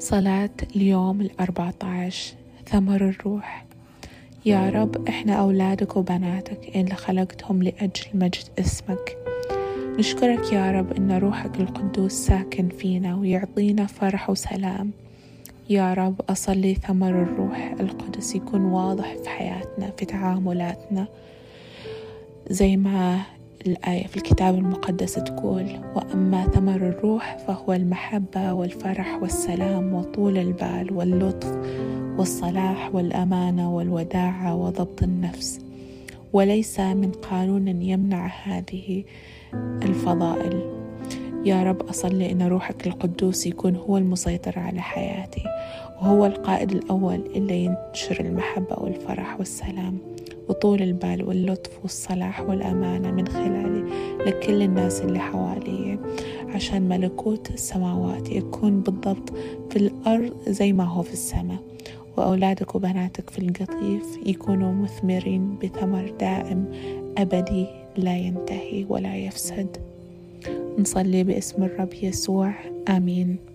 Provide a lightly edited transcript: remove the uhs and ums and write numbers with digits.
صلاة اليوم 14 ثمر الروح. يا رب إحنا أولادك وبناتك اللي خلقتهم لأجل مجد اسمك. نشكرك يا رب إن روحك القدوس ساكن فينا ويعطينا فرح وسلام. يا رب أصلي ثمر الروح القدس يكون واضح في حياتنا، في تعاملاتنا، زي ما الآية في الكتاب المقدس تقول: وأما ثمر الروح فهو المحبة والفرح والسلام وطول البال واللطف والصلاح والأمانة والوداعة وضبط النفس، وليس من قانون يمنع هذه الفضائل. يا رب أصلي إن روحك القدوس يكون هو المسيطر على حياتي، وهو القائد الأول اللي ينشر المحبة والفرح والسلام وطول البال واللطف والصلاح والأمانة من خلالي لكل الناس اللي حوالي، عشان ملكوت السماوات يكون بالضبط في الأرض زي ما هو في السماء، وأولادك وبناتك في القطيف يكونوا مثمرين بثمر دائم أبدي لا ينتهي ولا يفسد. نصلي باسم الرب يسوع، آمين.